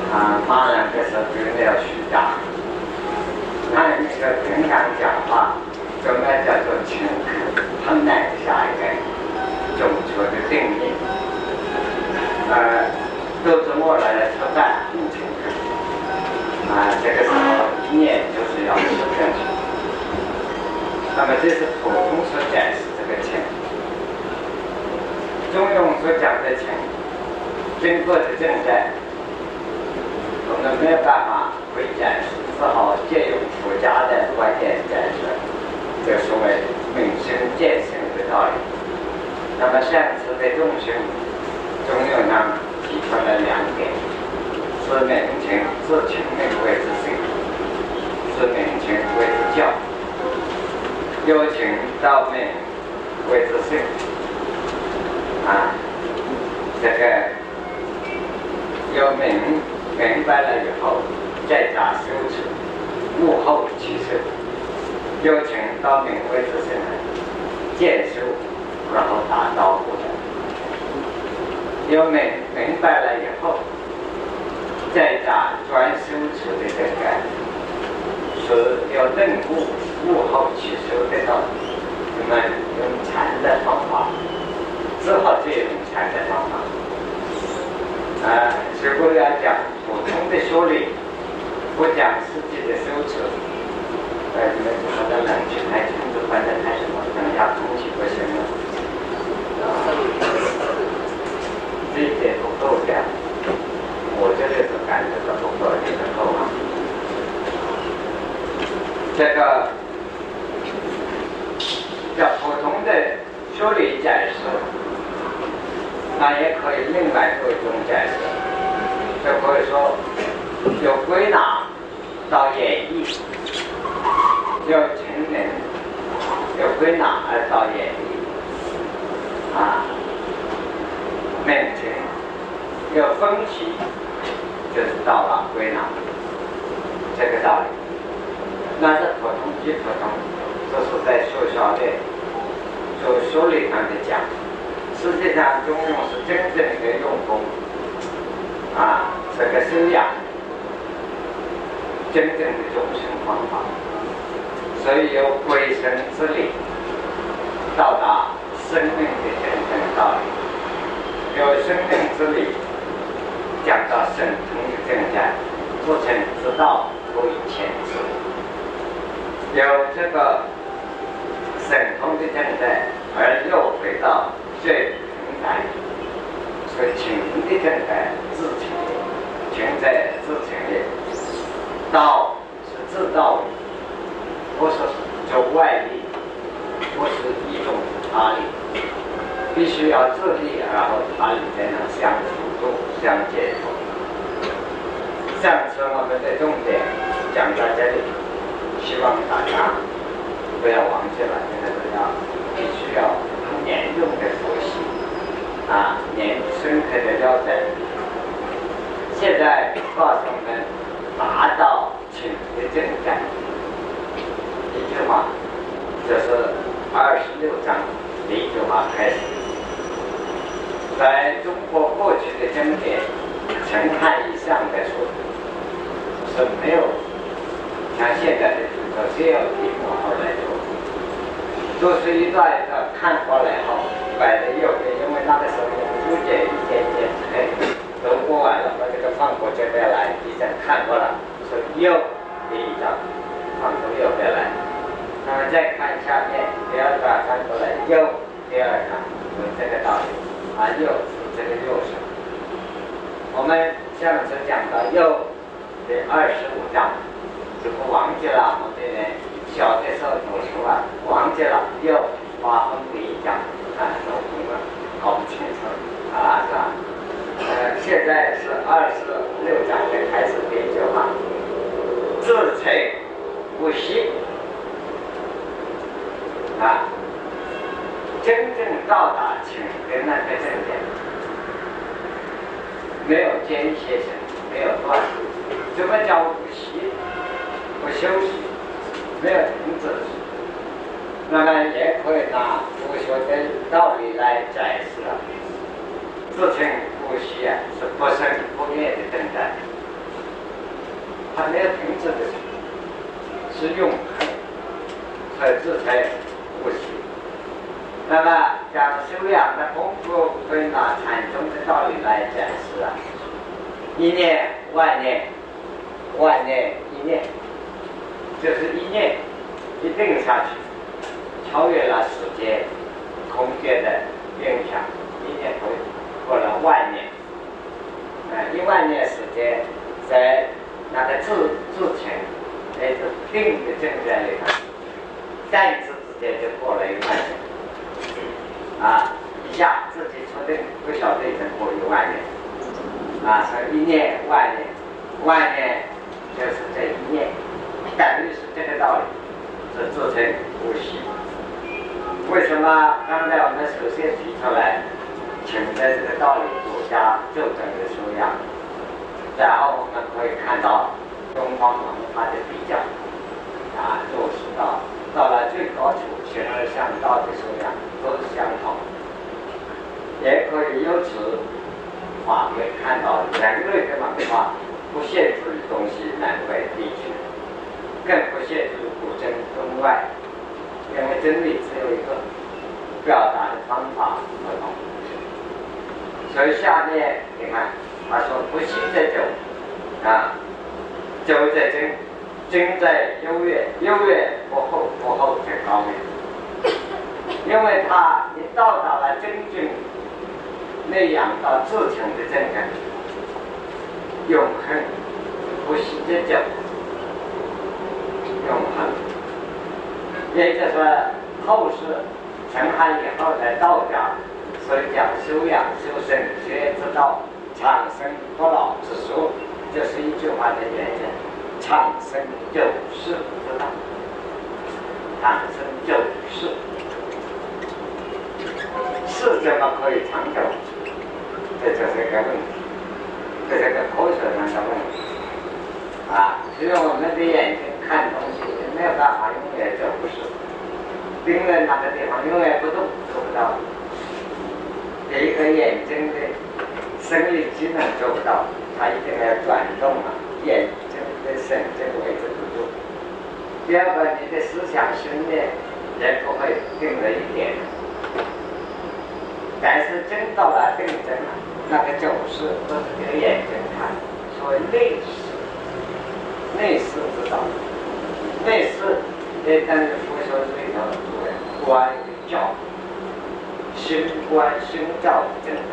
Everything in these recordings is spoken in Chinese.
骂人的时候真的要虚假，那个平常讲话，怎么叫做诚恳？很难下一个正确的定义。都是我来吃饭，很诚恳。这个时候一念就是要吃下去。那么这是普通所解释这个诚。中庸所讲的诚，经过的正在，我们没有办法会解释，只好借用佛家的观点解释，就所谓明心见性的道理。那么上次的众生，中庸上提出了两点：是明情，自情名为之性；是明情为之教。由情到明为之性。这个有明白了以后，再加修持，悟后起修。由情到明为之性，见修，然后达到悟的。有明白了以后，再加专修持的这个，是要认悟后起修的道理。我们用禅的方法。只好这种禅的方法。如果要讲普通的修理，不讲实际的修持，你们好像冷气开窗子关的太什么，等一下空气不行了。这一点不够的，我这里是感觉到不够，你们够吗？这个叫普通的修理解释。那也可以另外做一种解释，就可以说由归纳到演绎，由情人由归纳而到演绎，明情由分析就是到了归纳，这个道理。那是普通即普通，这是在学校里做修理上的讲。实际上，中庸是真正的用功，这个修养，真正的终身方法。所以由归生之理，到达生命的真正道理；由生命之理，讲到神通的正在，不成之道不以前知。有这个神通的正在，而又回到最平台，所以情的正在自情力，情在自情力，道是自道，不是做外力，不是一种他力，必须要自力，然后他力才能相辅助、相结合。上次我们的重点讲到这里，希望大家不要忘记了，这个必须要严重的复习，深刻的了解。现在告诉我们达到情的正在，一句话，这是26章的一句话开始。在中国过去的经典，陈汉以上的书是没有像现在的这些题目后来做，都是一段一段看过来后摆在右边，因为那个时候有点一点读过完了，把这个放过这边来，一张看过了，是右的一张，放到右边来。那么再看下面第二张翻过来，右第二张，有这个道理。右是这个右手。我们上次讲到右的25章，如果忘记了，我们呢小的时候读书忘记了右划分的一章，都搞不清楚是吧？现在是26章的开始的一句话：自粹不息。真正到达情跟那个正点，没有间歇性，没有断。什么叫不息？不休息，没有停止。那么也可以拿佛学的道理来解释了。自称不息是不生不灭的正在， 它没有停止的，是永恒，才自才无息。那么讲修养的功夫，可以拿禅宗的道理来展示啊。一念万念，万念一念，就是一念一定下去，超越了时间、空间的影响，一念过了万年，10000年时间，在那个自前，那个定的正在里头，弹指之间就过了10000年，一下自己确定不晓得已经过10000年，所以一念万年，万年就是这一念，等于是这个道理，是自成无息。为什么刚才我们首先提出来，请在这个道理儒家就整个修养，然后我们可以看到东方文化的比较，儒释道到了最高处，形而上道的修养都是相同，也可以由此可以看到人类的文化不限制于东西南北地区，更不限制于古今中外，因为真理只有一个，表达的方法不同。所以下面你看，他说不息则久，久则精，精在优越，优越不后，不后则高明。因为他你到达了真正内养到自成的真根，永恒，不息则久，永恒。也就是说，后世陈汉以后的道家，所以讲修养修身学之道，长生不老之术，就是一句话的原因：长生久世之道，长生久世，世怎么可以长久？这就是一个问题，这是个科学上的问题因为我们的眼睛看东西没有办法永远走不是，盯在那个地方永远不动，做不到。一个眼睛的生理机能做不到，它一定要转动眼睛的神经维持不住。第二个，你的思想训练也不会定了一点，但是真到了定真了，那个就是都是给眼睛看，所谓内视，内视之道，内视也等于佛学里头所谓观与照，心观心照真的，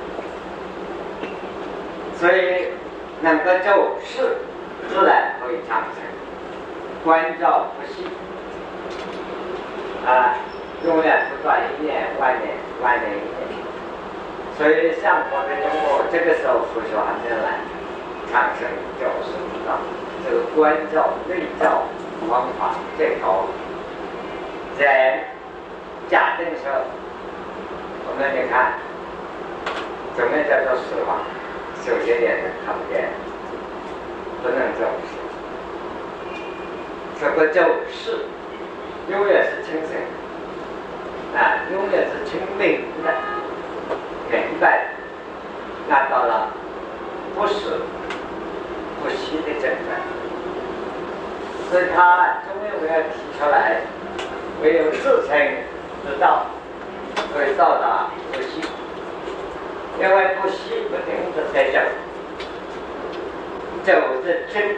所以能够就事自然可以长成，观照不息永远不断一念万年，万年一念。所以像我们中国这个时候佛学还没有来，长生就是知道这个观照内照方法最高。人假定说，我们你看怎么叫做死亡？首先眼睛看不见，不能走事。这个就是永远是清醒永远是清明的、明白的，那到了不死不息的真本。所以他终于要提出来，唯有自成之道，可以到达不息。因为不息不停的在走，走着真，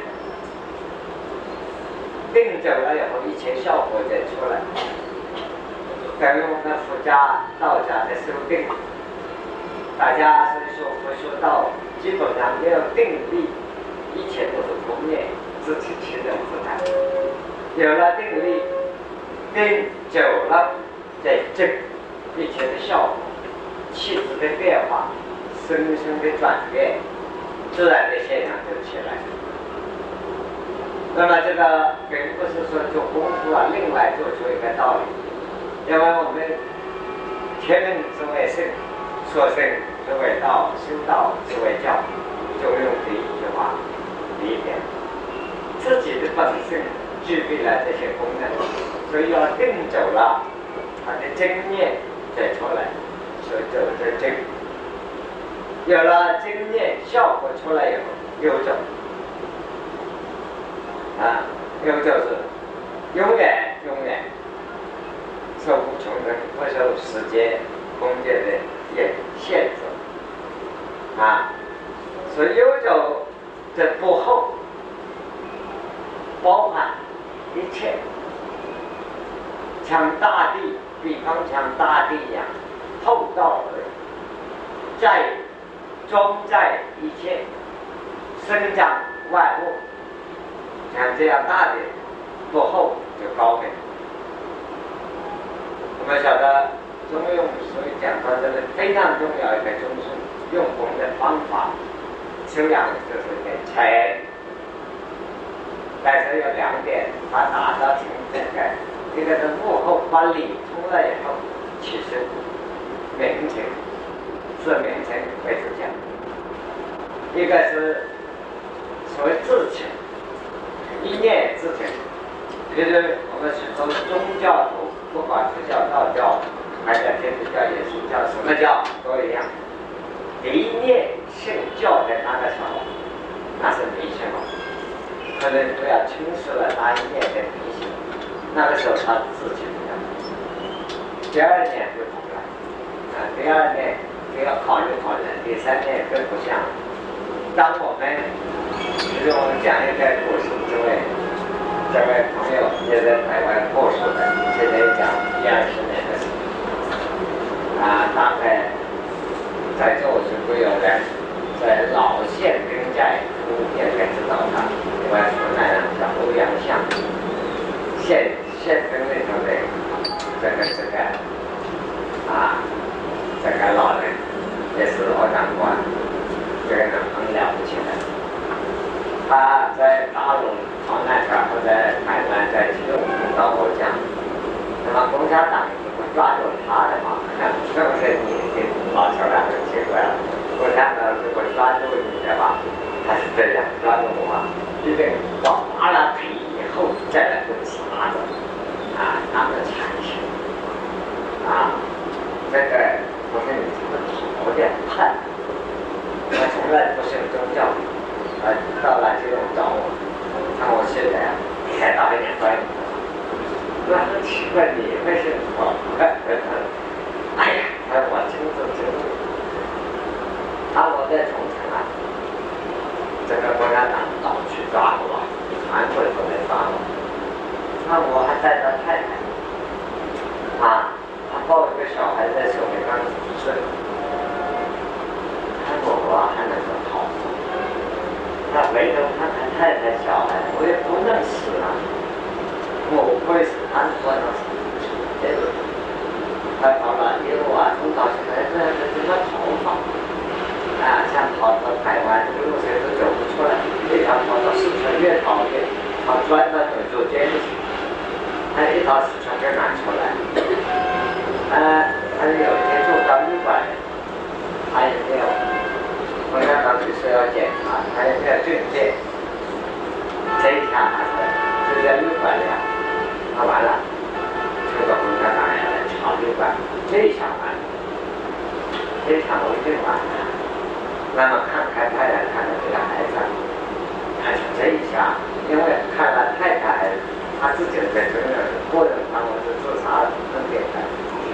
定久了以后，一切效果就出来。等于我们佛家、道家的修定，大家所以说佛学道基本上没有定力，一切都是空灭，自欺欺人自然。有了定力，定久了再证一切的效果，气质的变化，身心的转变，自然的现象就起来。那么这个并不是说做功夫另外做出一个道理。因为我们天命之为圣，说圣之为道，修道之为教，就用这一句话理解。自己的本性具备了这些功能，所以要定久了，它的真念再出来，所以走着真。有了真念效果出来以后，有种啊，有就是永远受无穷的不受时间、空间的限制啊，所以有就这不后包含一切，像大地，比方像大地一样厚道而在装载一切，生长万物，像这样大的不厚就高明。我们晓得中庸所以讲到这个非常重要一个中枢用功的方法，修养就是点财，但是有2点，把它打造成这个，一个是幕后管理出来以后，其实名称是名称为主讲，一个是所谓自情，一念自情。其实我们许多宗教徒，不管是叫道教，还是天主教、耶稣教，什么教都一样。一念信教的那个时候，那是迷信了，可能都要轻视了那一念的迷信。那个时候他自己不要。第2年就不了，第2年就要考虑，第3年更不像。当我们，其实我们讲一个故事，这位朋友也在台湾过世的，现在讲10-20年的事大概在座是会有人在老县兵寨应该知道他，因为湖南人叫欧阳相，县兵里头的这个老人也是老长官，这个人很了不起的。他在大陆逃难时候，在台湾在吉隆坡到过江，那么共产党不抓住他的嘛？是不是你老头儿很奇怪了？共产党如果抓住你的话，他是这样抓住我，一定扒了皮以后再来用叉子当个铲子这个不是你这么讨厌判，我从来不信宗教。到了就找我，看我现在开导一点关系，我很奇怪你为什么？哎呀，我亲自我在重庆这个共产党老去抓我，韩国都没抓我，那我还带着太太他抱一个小孩在手里刚5岁，看我还能够逃。他回头看看太太小孩，我也不认识我会是韩国人，他跑了一路从早起来这怎么逃跑像跑到台湾一路谁都走不出来，一条跑到四川，越跑越跑钻到左监去，他一到四川就拿出来，他有一天住到旅馆，他也没有。共产党就是要检查，还有没有证件？这一下就在旅馆里他完了，这个共产党要来查旅馆，这一下完了，这一下我就完了。那么看太太，看着这个孩子，看这一下，因为看了太太，他自己的真正个人他们是自杀分别的，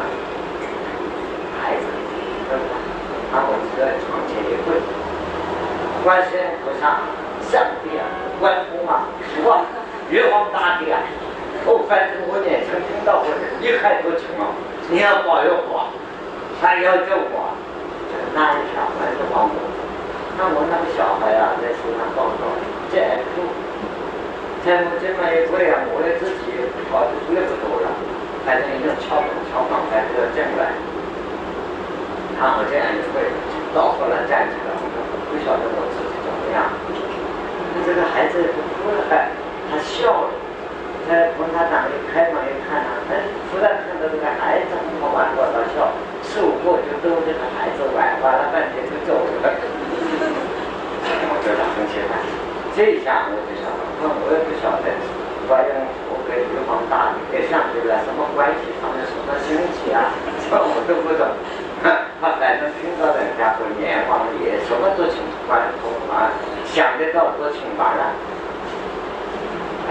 孩子，对吧？他们是在床前一跪，观世音菩萨、上帝关公主玉皇大帝反正我年轻听到过你还多情你要保佑我，还要救我，那一小孩就帮我，那我那个小孩在树上抱着，这哭，这么一跪我也自己跑的越不多了，反正已经敲门才这进来。看我这样一会，到后来站起来，不晓得我自己怎么样。这个孩子不哭了，他笑了。共产党一开门一看突然看到这个孩子好玩过他笑，15个就逗这个孩子玩了半天就走了。我觉得很奇怪，这一下我就晓得，我也不晓得，关于我跟玉皇大帝跟上帝了什么关系，他们什么亲戚这我都不懂。他反正听到人家说阎王爷什么都请关通想得到都请完了。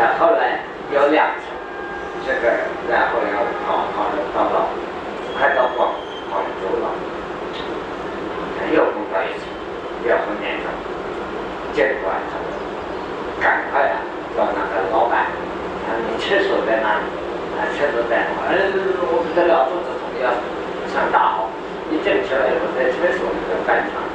有2层，这个然后要跑到了，快到广州了，又碰到一次，要碰年头，结果赶快找那个老板，你厕所在哪里？厕所在哪？我不得了，肚子痛要上大号，一整起来以后在厕所里面翻墙，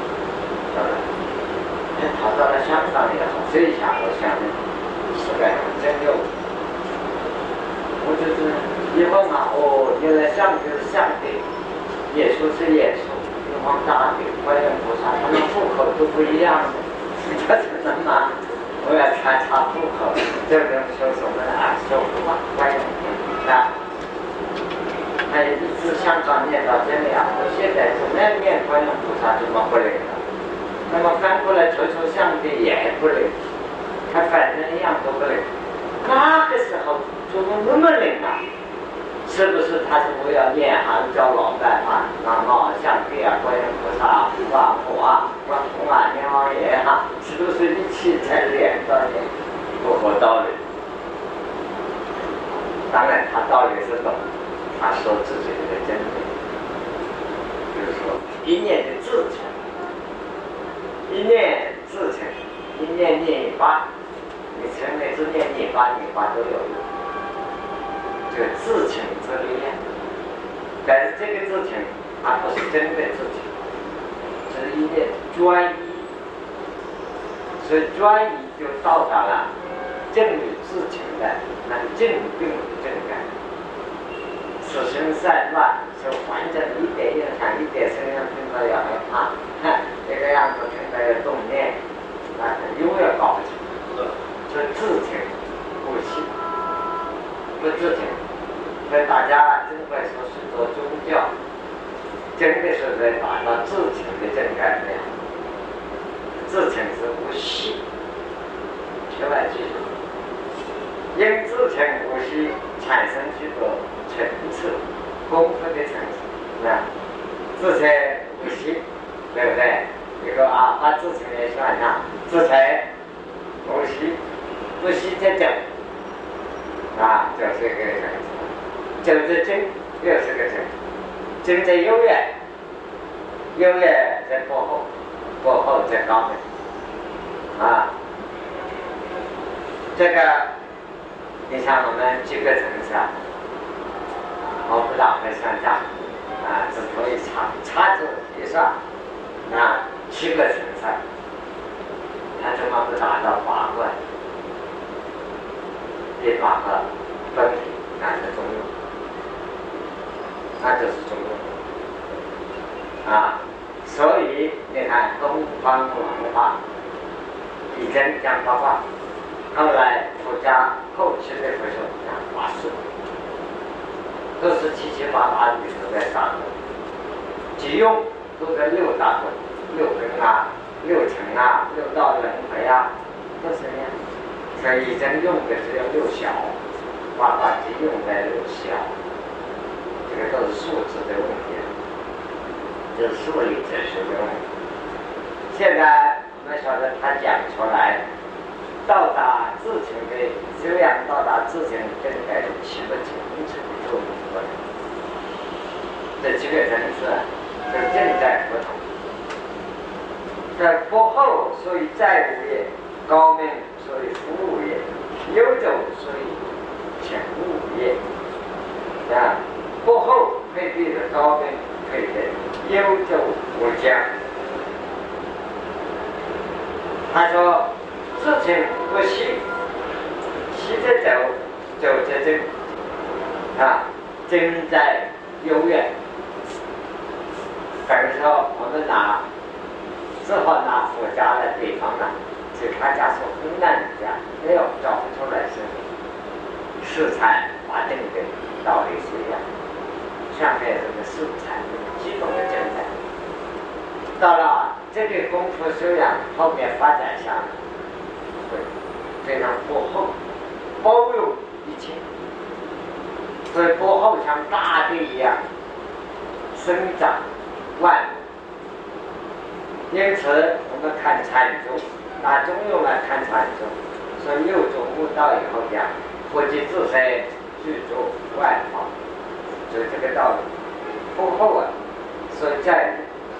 跑到了香港以后，这一下我想是个真有。我就是一问原来上帝是上帝，耶稣是耶稣，玉皇大帝、观音菩萨，他们户口都不一样的，这是什么？我要查户口，这个说什么说话观音啊，一直香港念到这样，我现在怎么样念观音菩萨怎么不灵了？那么翻过来求上帝也不灵，他反正一样都不灵。那个时候怎么那么灵啊？是不是他是不要念韩教老办法？南无上帝啊，观音菩萨、法佛啊、观音啊、阎王爷啊，是不是一起才连到的？不合道理。当然他道理是懂，他说自己的真理，就是说一念的自成，一念自成，一念念一发。你成为之念你发都有用，这个自成之力量。但是这个自成，它不是真的自成，只是一念专一，所以专一就到达了正与自成的那个正定的正感。此生善乱是完整一点影响，一点声音听到要害怕，这个样子听到要动念，永远搞不清。是自成不息，不自成。所以大家真会说是做宗教，真的是在达到自成的正感量。自成是无息，千万记住。因自成无息，产生许多层次、功夫的层次。自成无息，对不对？一个把自成也算上，自成无息。不息在整，就是个整，整在真又是个整，整在优越，优越在过后，过后在高明，这个你像我们几个层次我不大会算账，只可以掐指一算，7个层次，他怎么不达到8个？第8个分体，那是中庸，那就是中庸所以你看东方文化以前讲八卦，后来佛家后期的佛说讲法术，都是7七八八里头在打滚，即用都在6大滚，6根6层6道轮回都是这样。所以以前用的只有6小，八卦机用在6小，这个都是数字的问题，这是数理哲学的问题。现在我们晓得他讲出来，到达自成的修养，到达自成正该7个层次的作用过程，这7个层次就正在不同。在过后，所以债务业高明。所以服务业，悠久所以前务业过后配备的高明配备悠久无疆。他说事情不息，息在走，走在真真在悠远。比如说我们只好拿佛家的地方是他家说公案家，没有找不出来是产法定的道理是一样。下面这个素材基本的正在，到了这个功夫修养后面发展下来，会非常过后，包容一切，所以过后像大地一样生长万物。因此我们看禅宗，拿中庸来看禅宗，说6种悟道以后讲， 不及自身，具足万法，就是这个道理。不后啊，所在。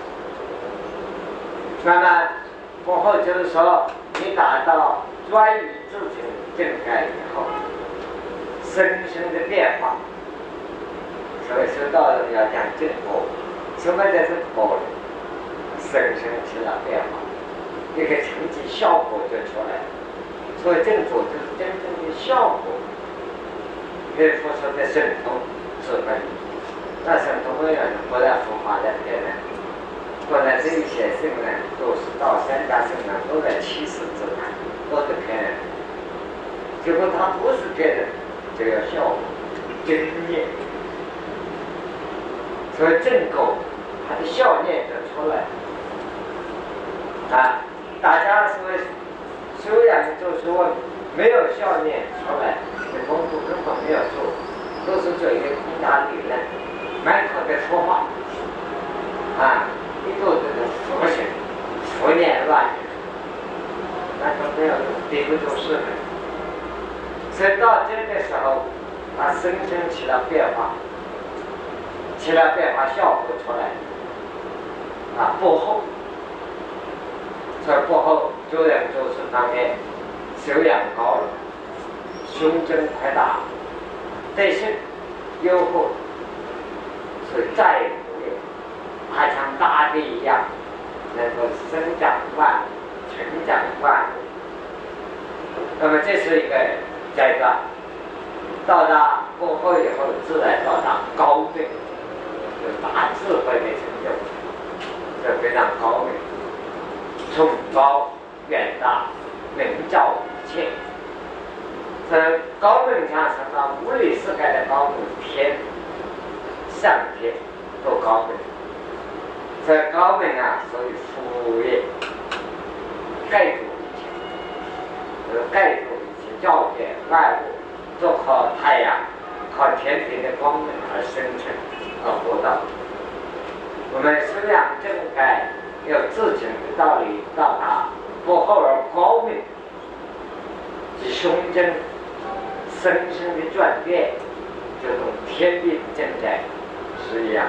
那么不后就是说，你达到专一自性正概以后，生生的变化。所以修道人要讲正果，什么叫是果？生生起了变化，一个成绩效果就出来了。所以正果就是真正的效果。岳父说的神通是本，那神通永远不在佛法在骗人。本来这一些圣人都是到三大圣人都在欺世之谈，都是骗人。结果他不是骗人，就要效果真念。所以正果它的效念就出来啊！大家所谓修养就是说没有效念出来，这功夫根本没有做，都是做一个空大理论，满口的说话啊，一肚子的佛学、佛念乱，那就没有敌不住事的。所以到这个时候，它生生起了变化。起了变化效果出来啊，不后，这不后主人就是方面修养高了，胸襟快大，但是诱惑，所以再也不有，还像大地一样，能够生长万物，成长万物。那么这是一个阶段，到达不后以后，自然到达高度。大智慧的成就，这非常高明，崇高远大，能照一切。这高明像什么？无理世界的高明，天、上天都高明。这高明啊，属于福业，盖住一切，盖住一切，照见万物，都靠太阳，靠天体的光明而生成。活道，我们修养正该有自情的道理，到达不后而高明，即胸襟深深的转变，就同天地正在是一样。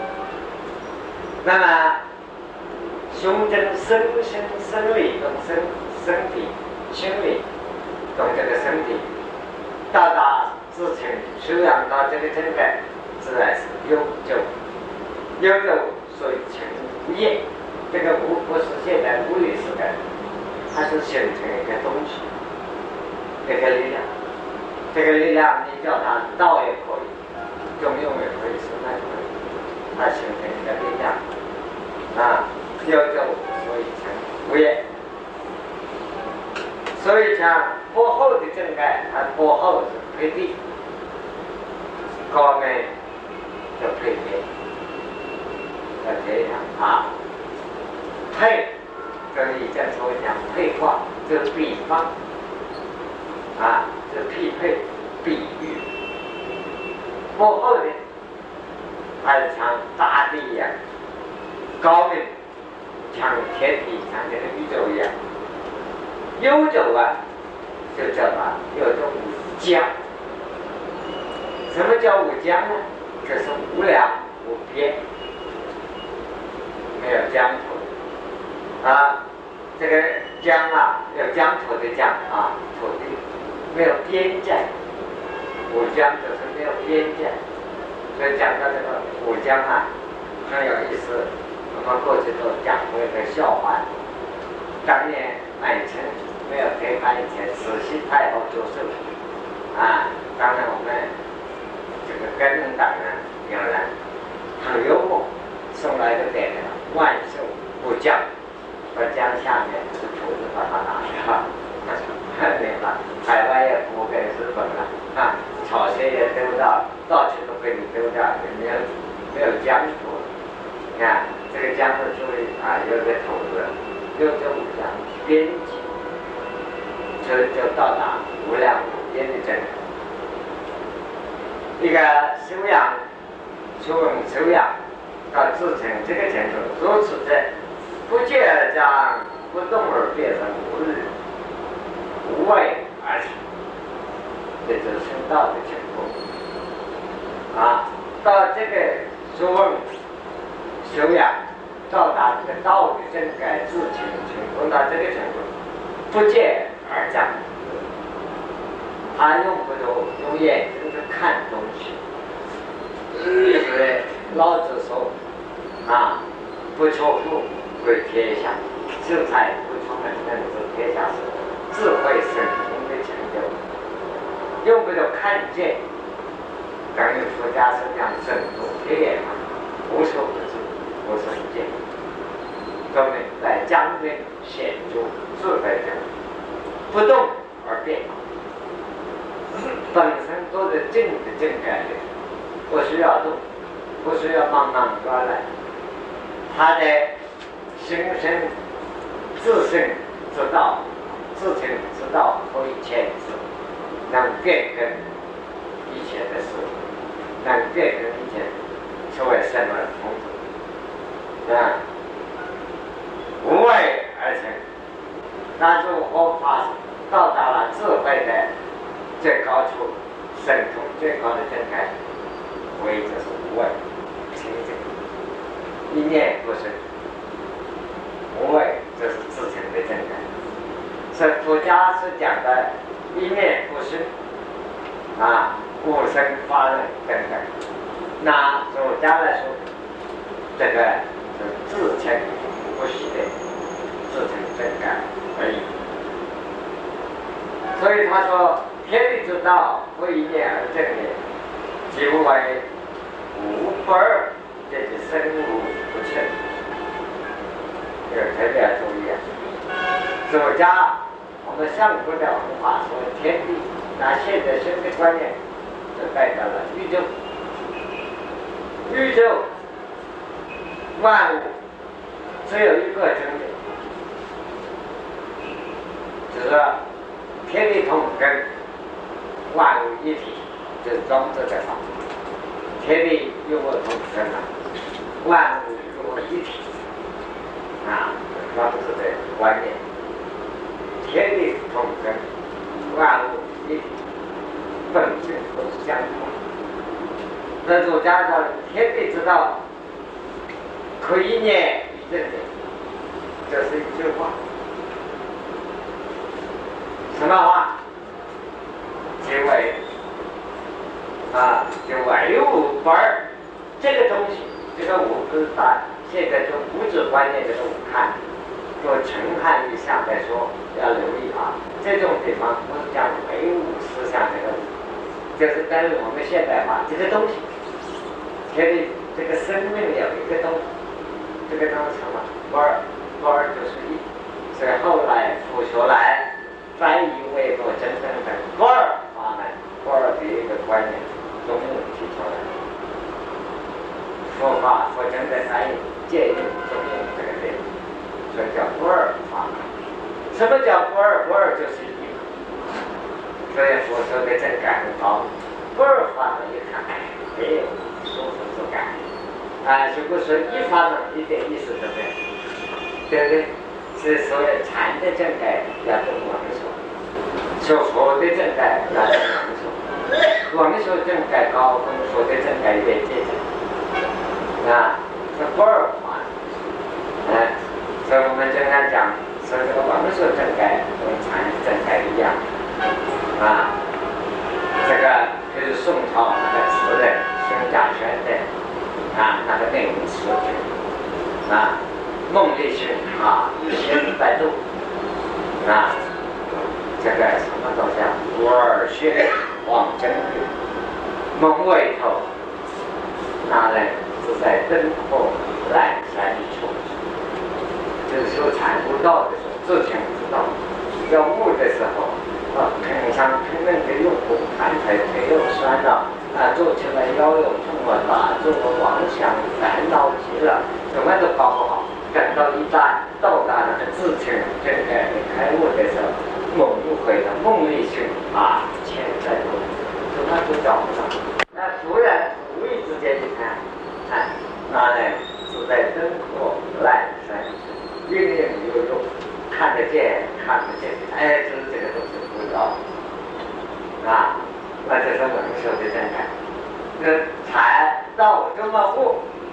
那么胸襟深深生理动身体、心理动这个身体，到达自情修养到这个正该。自然是悠久，所以成无业。这个无不是现在无理世界，它是形成一个东西，一个力量。这个力量你叫它道也可以，中用也可以，什么也可以，它形成一个力量啊，悠久，所以成无业。所以讲波后的正盖，它波后是配地，高明。就配备，要这样啊。配，这以前所讲配化，就是比方啊，是匹配、比喻。幕后的，它是像大地一样高明，像天地，像这个宇宙一样。悠久啊，就叫它有种无疆。什么叫无疆呢？就是无量无边，没有疆土啊。这个疆啊，有疆土的疆啊，土地没有边界，无疆就是没有边界。所以讲到这个无疆啊，很有意思。我们过去都讲过一个笑话，当年满清没有推翻以前，慈禧太后做事啊，当然我们。这个革命党呢，有人很幽默，送来一个匾额“万寿无疆”，把疆下面这个土字把它拿掉，对吧？海外也不给日本了啊，朝鲜也丢掉，到处都被你丢掉，没有疆土。你看这个疆的注意啊，有个土字，有这无疆边际，就到达无量无边的这个。一个修养到自成这个程度，如此者，不见而将，不动而变成无日，无为而成。 这就是成道的成功啊。到这个学问修养，到达这个道的正改自情成功到这个程度，不见而讲，他用不着用眼睛去看东西。所以老子说啊，不求富贵天下，求财不出门，能治天下事，智慧神通的成就，用不着看见。等于佛家是讲神通天眼嘛，无所不知，无所不见，说明在将军显著智慧中，不动而变，本身都是静的正感的，不需要动，不需要慢慢抓来，他的心生自性之道，自性之道可以牵制，能变更一切的事，能变更一切，所谓什么通途啊，无为而成。那如何发生到达了智慧的最高处，神通最高的正感？为就是无为，清净，一念不生。无为就是自成的正感。所以佛家是讲的一念不生啊，无生法忍正感。那儒家来说，这个是自成不息的自成正感而已。所以他说天地之道，不一念而正也，即为无不二，这是生无不缺。这个特别要注意啊！儒家我们上古的文化说天地，那现在新的观念就代表了宇宙。宇宙万物只有一个真理，就是说天地同根，万物一体，就是庄子的话。天地与我同根了，万物与我一体啊，庄子的观念。天地同根，万物一体，本性都是相通。那儒家说天地之道，可以念于正的，这是一句话。什么话？即为就唯物不二。这个东西，这个物不是把现在从物质观念这个物看，做陈汉以上来说要留意啊。这种地方不是讲唯物思想这个物，就是在我们现代化这个东西。天地这个生命有一个东西，这个东西什么？不二，不二就是一。所以后来佛学来翻译为不真正的不二法门，不二的一个观念，中庸提出来。佛法佛真的翻译借用中庸这个点，所以叫不二法门。什么叫不二？不二就是一。所以佛说的正感很高，不二法门一看，没有舒服之感啊！如果说一法门一点意思都没有，对不对？是所谓禅的正感要懂文说，说佛的正感要懂文说，文说正感高，跟佛的正感有点接近啊，是不二法。所以我们经常讲说这个文说正感跟禅正感一样啊。这个就是宋朝那个词人孙稼轩的那个内容词句孟丽群先百度这个什么东西无二学望真理，梦外头那人是在灯火阑珊处，就是说禅悟道的时候，自成之道，要悟的时候平常拼命的用功，盘腿腿又酸了做起来腰又痛了，做妄想烦恼极了，怎么都搞不好。等到一旦到达了自成正感的开悟的时候，梦回了梦里去千载多，怎么都找不到。那突然无意之间一看，那呢是在灯火阑珊，晕晕悠悠，看得见看不见，就是这个东西不知道什么物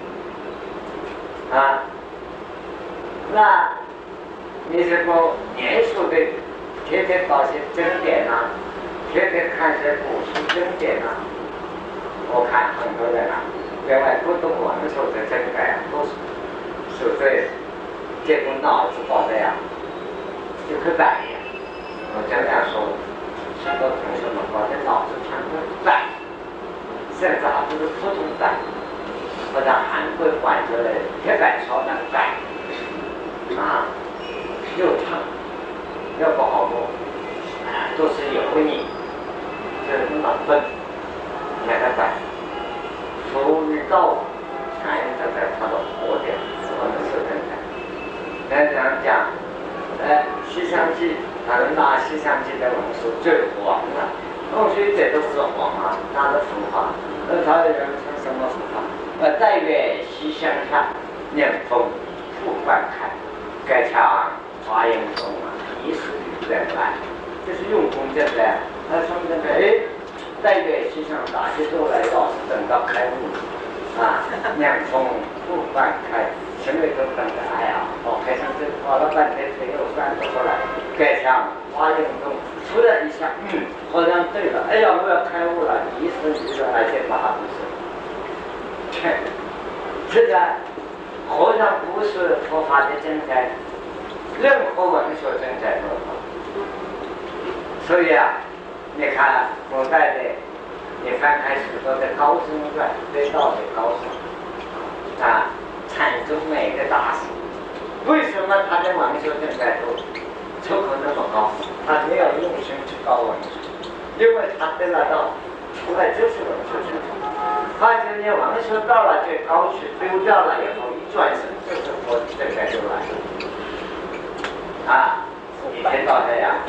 啊？那你如果严肃的天天搞些经典啊，天天看些古书经典啊，我看很多人啊，原来不懂文学的真改啊，都是对结果脑子搞的呀，就可改呀。我经常说，很多同学们搞的脑子全都改，甚至还不是普通改，或者韩国管子的铁改朝那个改啊，又长又不好过，都是油腻，就是那么笨，那个改，出于道全都在他的火点，我们是真的。那这样讲，西厢记，他们拿西厢记的文书最黄了，文学者都是黄啊，他的书法，他的人称什么书法？但愿西厢下，念风复冠开，盖墙花影中啊，一时人来，这是用功真的。他说真的，但愿西厢大些都来到，等到开悟啊，念风复冠开。前面都等着，哎呀，开枪这跑了半天，腿又酸不过来，盖枪花影中，突然一下，好像对了，哎呀，我要开悟了，一时一个而且把它不是，这个好像不是佛法的正解，任何文学正解都好。所以啊，你看古代的，你翻开许多的高僧传，对道的高僧啊。禅宗每个大师，为什么他的文学正解都出口那么高？他没有用心去搞文学，因为他得了道，出来就是文学正解。他今天文学到了最高去，丢掉了以后，一转身就是佛正解就来了。啊，一天到黑呀，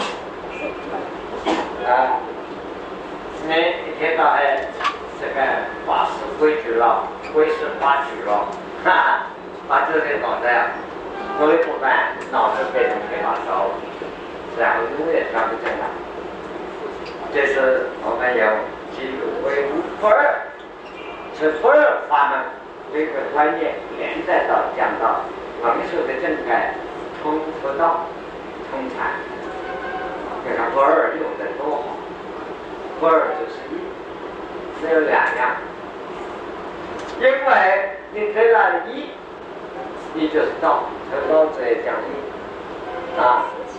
你一天到黑这个法师规矩了，规是法矩了。把这些搞得我也不办，脑子变成黑马烧，然后永远转不正来。这是我们有记录为无不二，是不二法门这个观念连带到讲到文学的正解，通佛道，通禅。你看不二用的多好，不二就是一，只有两样，因为。你得了一，一就是道，道者也讲一啊。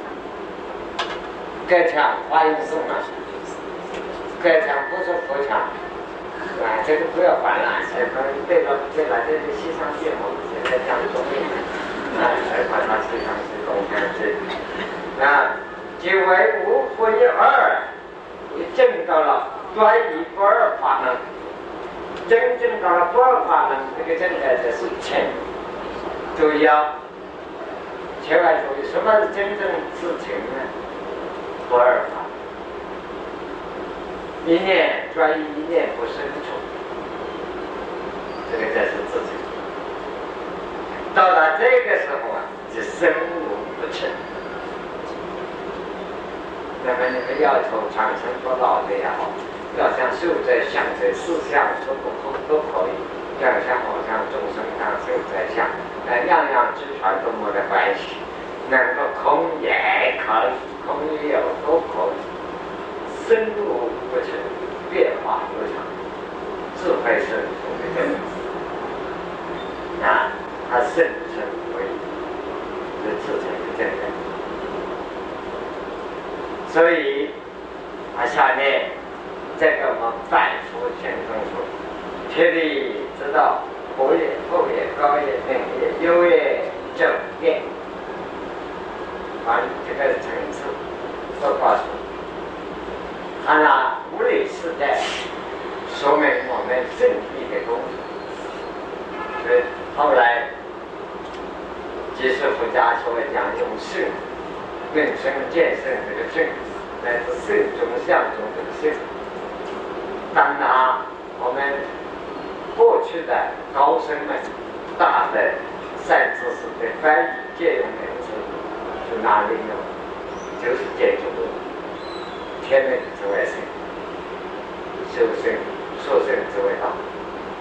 盖墙花影中啊，盖墙不是佛墙啊，这个不要管了。对了，这个西厢记我们现在讲中医才把它西厢记东厢记啊，即为无不一二，证到了专一不二法门。真正到了不二法门，这个正解的是情，注意啊，千万注意，什么是真正是情呢？不二法，一念专一，一念不生处，这个才是自己。到了这个时候啊，就生无不成。那么你们要求长生不老的也好。要像受在想在四相都可以，要像好像众生像受在相，样样之全都没得关系，能够空也可以，空也有都可以，深入不成，变化无常，智慧是从这个啊，它甚深为是自成的真正，所以下面。这个我们反复前中说，铁力知道活也、后也、高也、冷也、优也、正也，把这个层次都告诉。他拿物理时代说明我们正义的功夫。所以后来即使佛家所谓讲用圣论圣见圣这个圣，乃至圣中相中这个圣。当拿我们过去的高僧们大的善知识的翻译借用名词去哪里用，就是解决天命之为圣，修圣说圣之为道。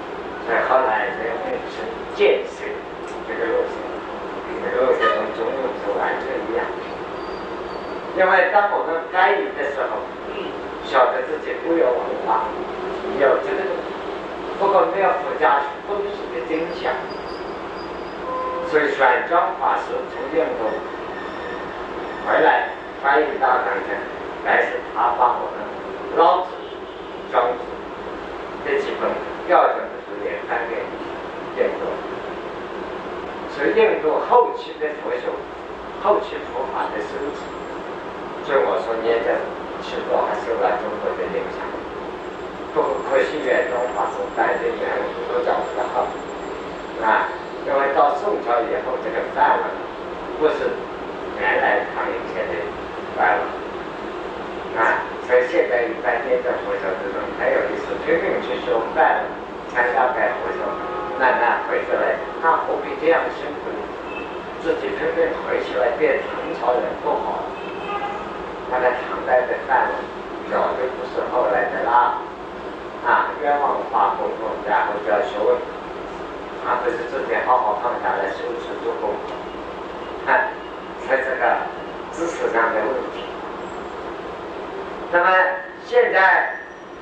所以后来人们是建设这个路线，这个路线跟中庸是完全一样。因为当我们干预的时候，晓得自己不有文化，有这个东西，不过没有附加东西的真相。所以玄奘法师从印度回来翻译大藏经，来是他把我们老子、庄子这几本标准的书也翻给印度。所以印度后期的佛学、后期佛法的收集，所以我说念的许多还受到中国的影响。不过可惜远东法师带的原文都讲不好啊，因为到宋朝以后，这个梵文不是原来唐以前的梵文啊，所以现在一般念的佛教这种很有意思，拼命去学梵文，参加拜佛教，那回过来，那何必这样辛苦呢？自己拼命回去来变唐朝人不好。那个唐代的梵文早就不是后来的啦，啊，冤枉花功夫，然后就要学问，而不是自己好好放下来修持做功夫，看，才这个知识上的问题。那么现在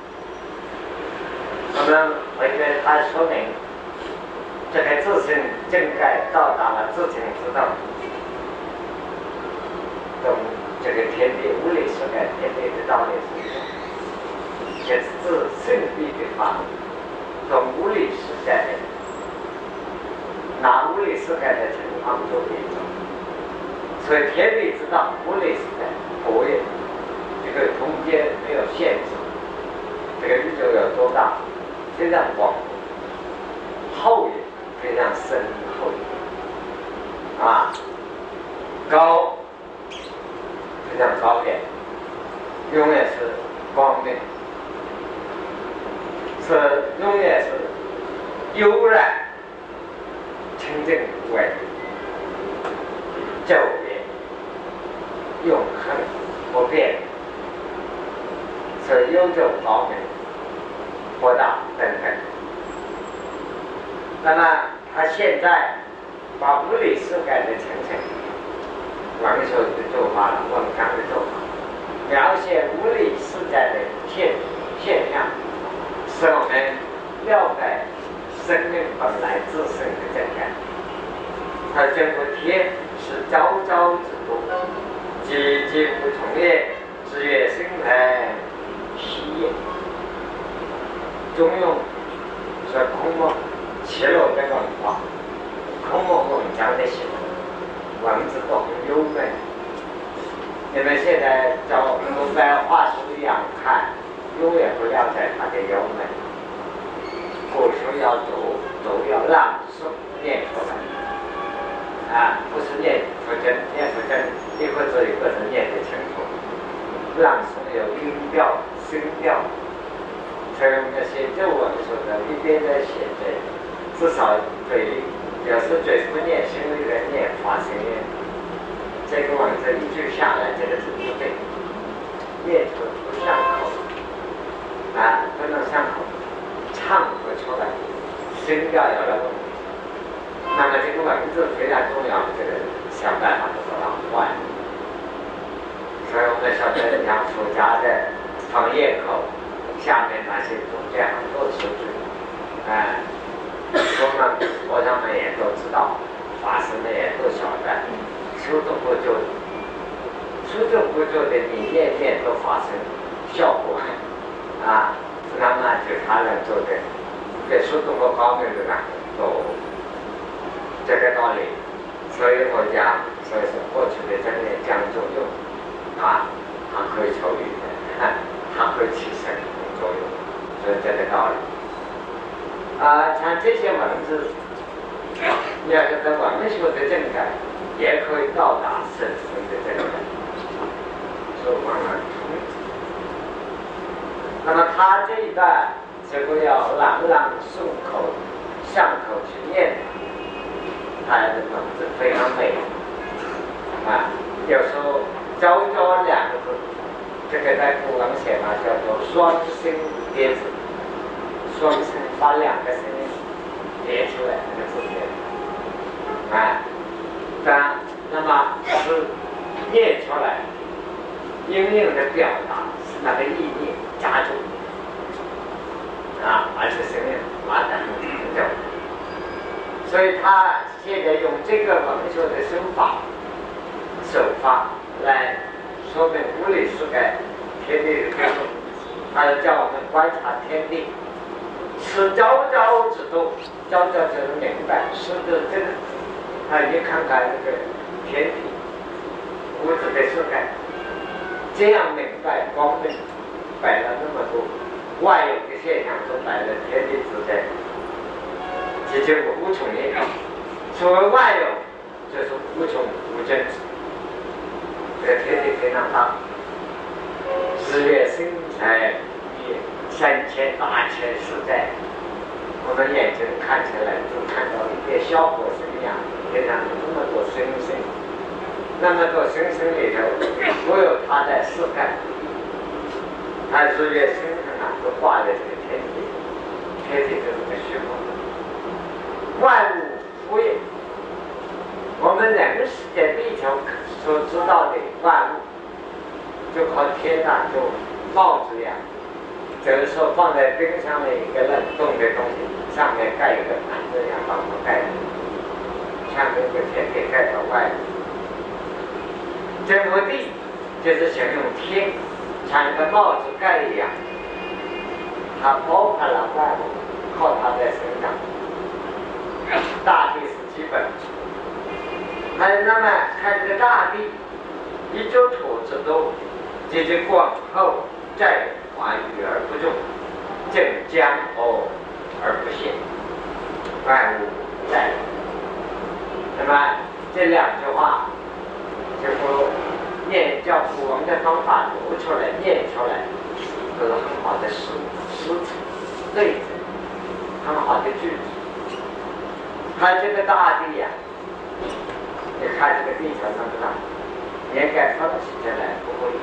我们回觉他说明，这个自性正盖到达了自性之道，懂这个天地无理世界天地的道理是什么？也是自性必的法，懂无理世界的，拿无理世界的情况做比较。所以天地之道，无理世界佛也，这个空间没有限制，这个宇宙有多大？非常广，厚也非常深厚啊，高非常高远，永远是光明，是永远是悠然清净无为，昼夜永恒不变，是悠久高明博大等等。那么他现在把无理世界的情形，文学的做法，文章的做法，描写无理世界的现象，使我们了解生命本来自身的真感。而这部天是朝朝之功，积积不从也，日月星辰息也。中庸是空梦揭露的文化，空梦文章的写文字都很优美。你们现在照古代画书一样看，永远不了解它的优美。古书要读要朗诵念出来，啊，不是念佛经，念佛经一个字一个字念得清楚，朗诵有音调、声调。所以我们写作文说的，一边在写着，至少嘴里有时嘴不念，心里在念，发声音。这个文字一句下来，这个字不对，念出不上口，啊，不能上口，唱不出来，声调有了问题。那么这个文字非常重要，这个想办法把它换。所以我们晓得像佛家的放业口。下面那些中间很多数据，和尚们也都知道，法师们也都晓得，出动不就的，你念都发生效果啊！那么就他人做的，给出动过高明的呢，都这个道理。所以我讲，所以说过去的真理讲作用啊，它可以抽离的，它可以起身。作用，所以这个道理像这些文字，要是在文学的正感，也可以到达神圣的正感，所以慢慢通。那么他这一段这个要朗顺口、上口去念，他的文字非常美啊，有时候朝朝两个字。这个在古文写嘛，叫做双星叠字，双星发两个声音， 列出来那个字典，那么是列出来，应用的表达是那个意念加重，而且生命发展很久，所以他现在用这个文学的手法来说明物理世界天地的运动，他叫我们观察天地，是朝朝之道，朝朝就能明白，是的这个，你看看这个天地物质的世界，这样明白光明摆了那么多外有的现象，都摆在天地之间，这就无穷业。所谓外有，就是无穷无尽，这个天地非常大，日月星辰也3000、8000世界，我们眼睛看起来就看到一片小火星一样，天上有那么多星星，那么多星星里头都有它的世界，它日月星辰都挂在这个天地，天地就是个虚空，万物复业。我们人世界地球所知道的万物，就靠天上就帽子一样，就是说放在冰箱的一个冷冻的东西，上面盖一个盘子一样把它盖着，像这个天地盖到外面。这幅地就是形容天像一个帽子盖一样，它包含了万物，靠它在生长。大地是基本。那么看这个大地，一周土之多，这就广厚，在华语而不重，正江河而不陷，万物在。那么这两句话，就是念叫古文的方法读出来、念出来，都是很好的诗词例子，很好的句子。看这个大地呀，你看这个地球那么大，也该分析起来不会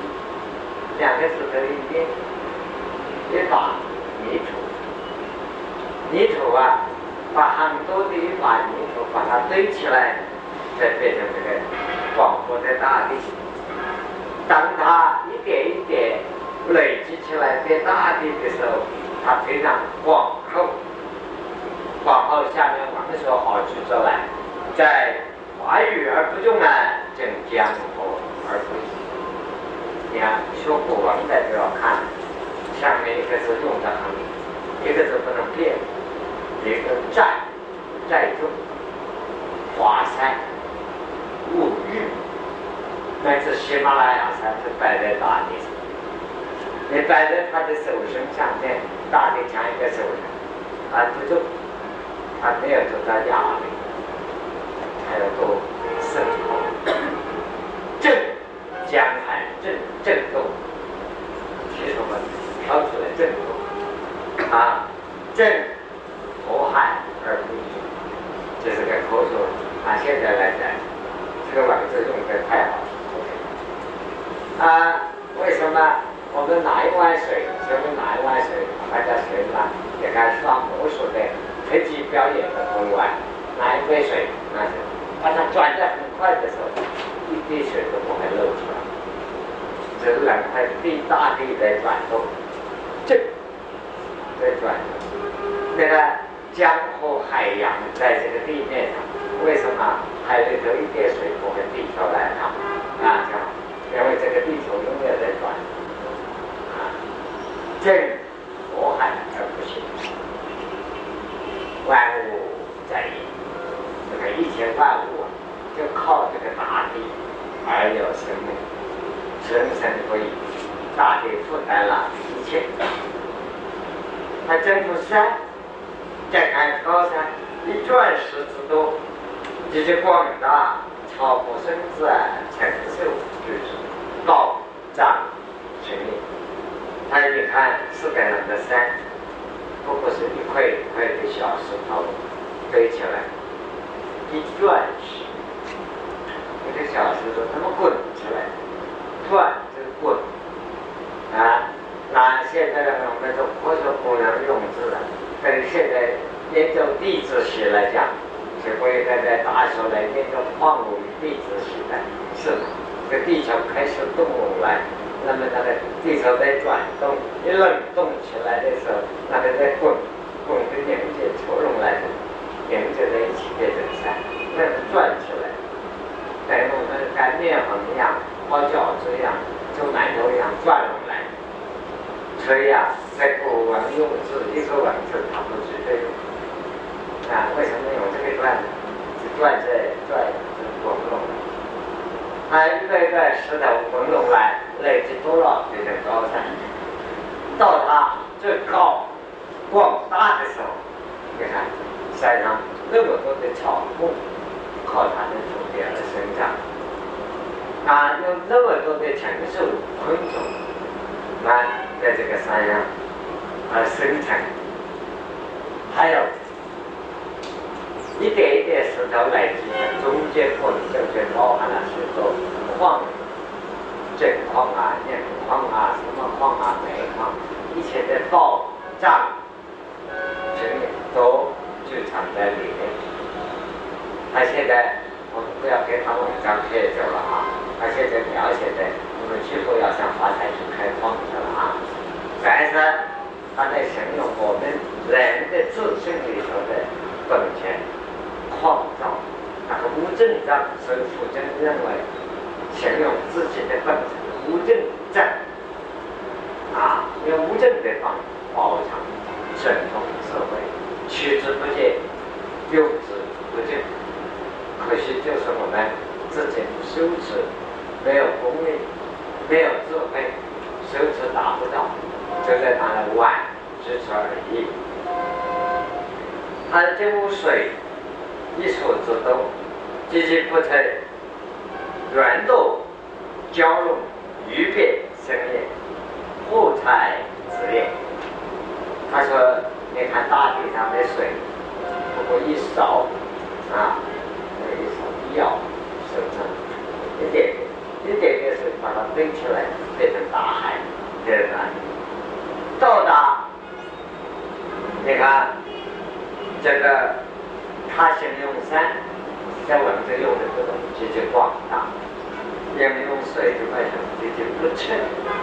2个字头一边，一把泥土，泥土把很多的一把泥土把它堆起来，再变成这个广阔的大地。当它一点一点累积起来变大地的时候，它非常广厚。广厚下面我们说好句子来，在华语而不重正江河而不陷。你看学古文的就要看下面一个字用的很，一个字不能变，一个载重、华山、物欲，乃至喜马拉雅山是摆在大地上，你摆在他的手心上面，大地像一个手心，不重，没有受到压力，还有多深厚，震江海震动，提出来挑出来震动，震火海而不移，这是个口说。现在来讲，这个文字用的太好了。为什么我们拿一碗水，拿一碗水，大家学嘛，也看耍魔术的特技表演的同玩，拿一杯水，把它转得很快的时候，一滴水都不会漏出来。这是两块大地在转动，这在转动。那个江河海洋在这个地面上，为什么海里头一点水不会滴出来呢？因为这个地球永远在转。正火海而不陷，万物在焉。这个一切万物就靠这个大地而有生命，生生不已。大地负担了一切。它征服山，再看高山，一转10之多，这些广大，超过甚至承受就是高涨群力。你看世界上的山，不过是一块一块的小石头堆起来，一转时，一个小石头它们滚起来，转就是滚那现在的我们说科学不能用字了，但是现在研究地质学来讲，就会在大学来研究矿物地质学的，是这个地球开始动来，那么那个地球在转动，一冷动起来的时候，那个在滚的连接球拢来的，连接在一起变成山，那转起来，等于我们干面粉一样，包饺子一样，就馒头一样转拢来。所以啊，在古文用字一个文字它不是对的啊，为什么用这个转？是转滚拢来，它一个一个石头滚拢来，累积多了变成高山。到它最高广大的时候，你看山上那么多的草木，靠它的土地而生长，啊，有那么多的禽兽昆虫，啊，在这个山上而生成，还有一点一点石头累积的，中间滚就包含了许多矿，锑矿啊、镍矿啊、什么矿啊、煤矿，一切的宝藏，这里都就藏在里面。他现在我们不要给他文章撇走了啊，他现在描写的我们几乎要向发财去开矿去了啊。但是他在形容我们人的自信里头的本钱矿造，那个无证账，所以傅真认为形容自己的本钱无证账啊，用无证的方包藏神通智慧，取之不竭，用之不尽。可惜就是我们自己修持没有功力，没有智慧，修持达不到，就在他的碗只此而已。他这无水一所之动，积极不退，圆斗交融，鱼变生业，护财之业。他说：“你看大地上的水，不过一勺啊，那一勺一舀手上一点点水把它堆起来，变成大海，对吧？到达，你看这个，他形容山，在文字用的这种极其广大，形容水就为什么极其不称？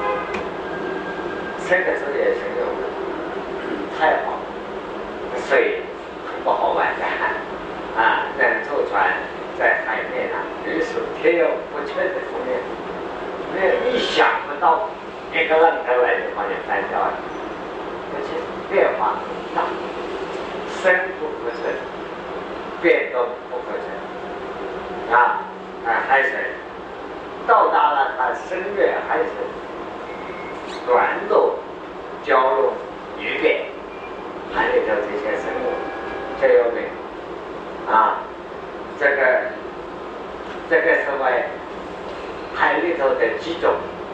这个字也形容的太好了，水很不好玩的啊，能坐船在海面上，于是天有不测的风面，没有意想不到，一个浪头来就把你翻掉了，而且变化很大，深不可测，变动不可测啊！海水到达了它深越海水，短路交融鱼变，海里头这些生物最有名啊！这个是为海里头的几种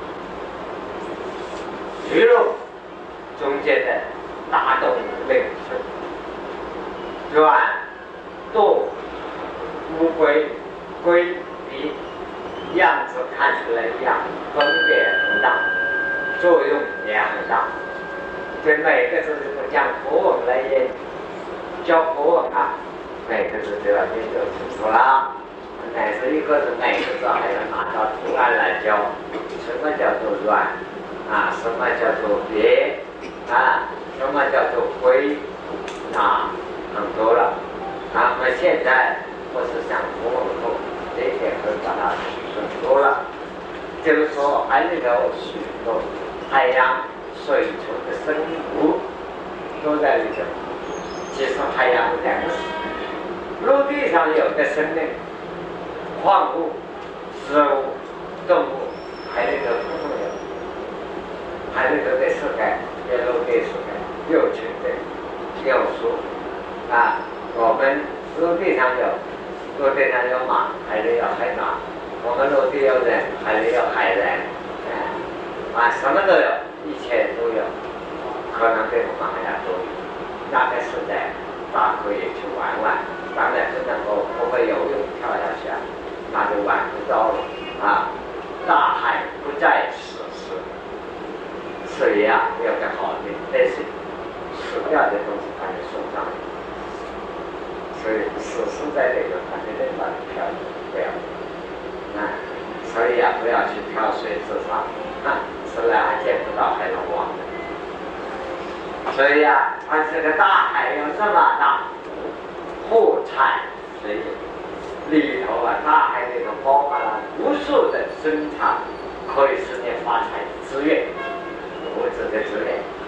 鱼肉中间的大动物类是软、动、乌龟、龟比样子看起来一样，分别很大，作用也很大。对每个字都讲国文来研，教国文啊，每个字都要研究清楚啦。乃是一个字每个字还要拿到图案来教，什么叫做软啊？什么叫做别啊？什么叫做龟啊？很多了啊！那现在我是想国文后这一点会把它很多了，就是说海里头许多海洋水处的生物都在里头。其实海洋是两个事，陆地上有的生命。矿物、植物、动物，海里头统统有。海里头的世界，也陆地世界，有群的，有树啊。我们陆地上有马，海里有海马；我们陆地有人，海里有海人，什么都有，一切都有，可能比我们还要多。那个时代，大可以去玩玩，当然不能够不会游泳跳下去啊。那就玩不到了啊！大海不再死时，水呀有个好的，但是死掉的东西把你送上来， 要去跳水自杀，死了还见不到还能忘。所以啊，这个大海有这么大，互产水里头啊，大海里头包含了无数的生产可以使你发财资源，物质的资源。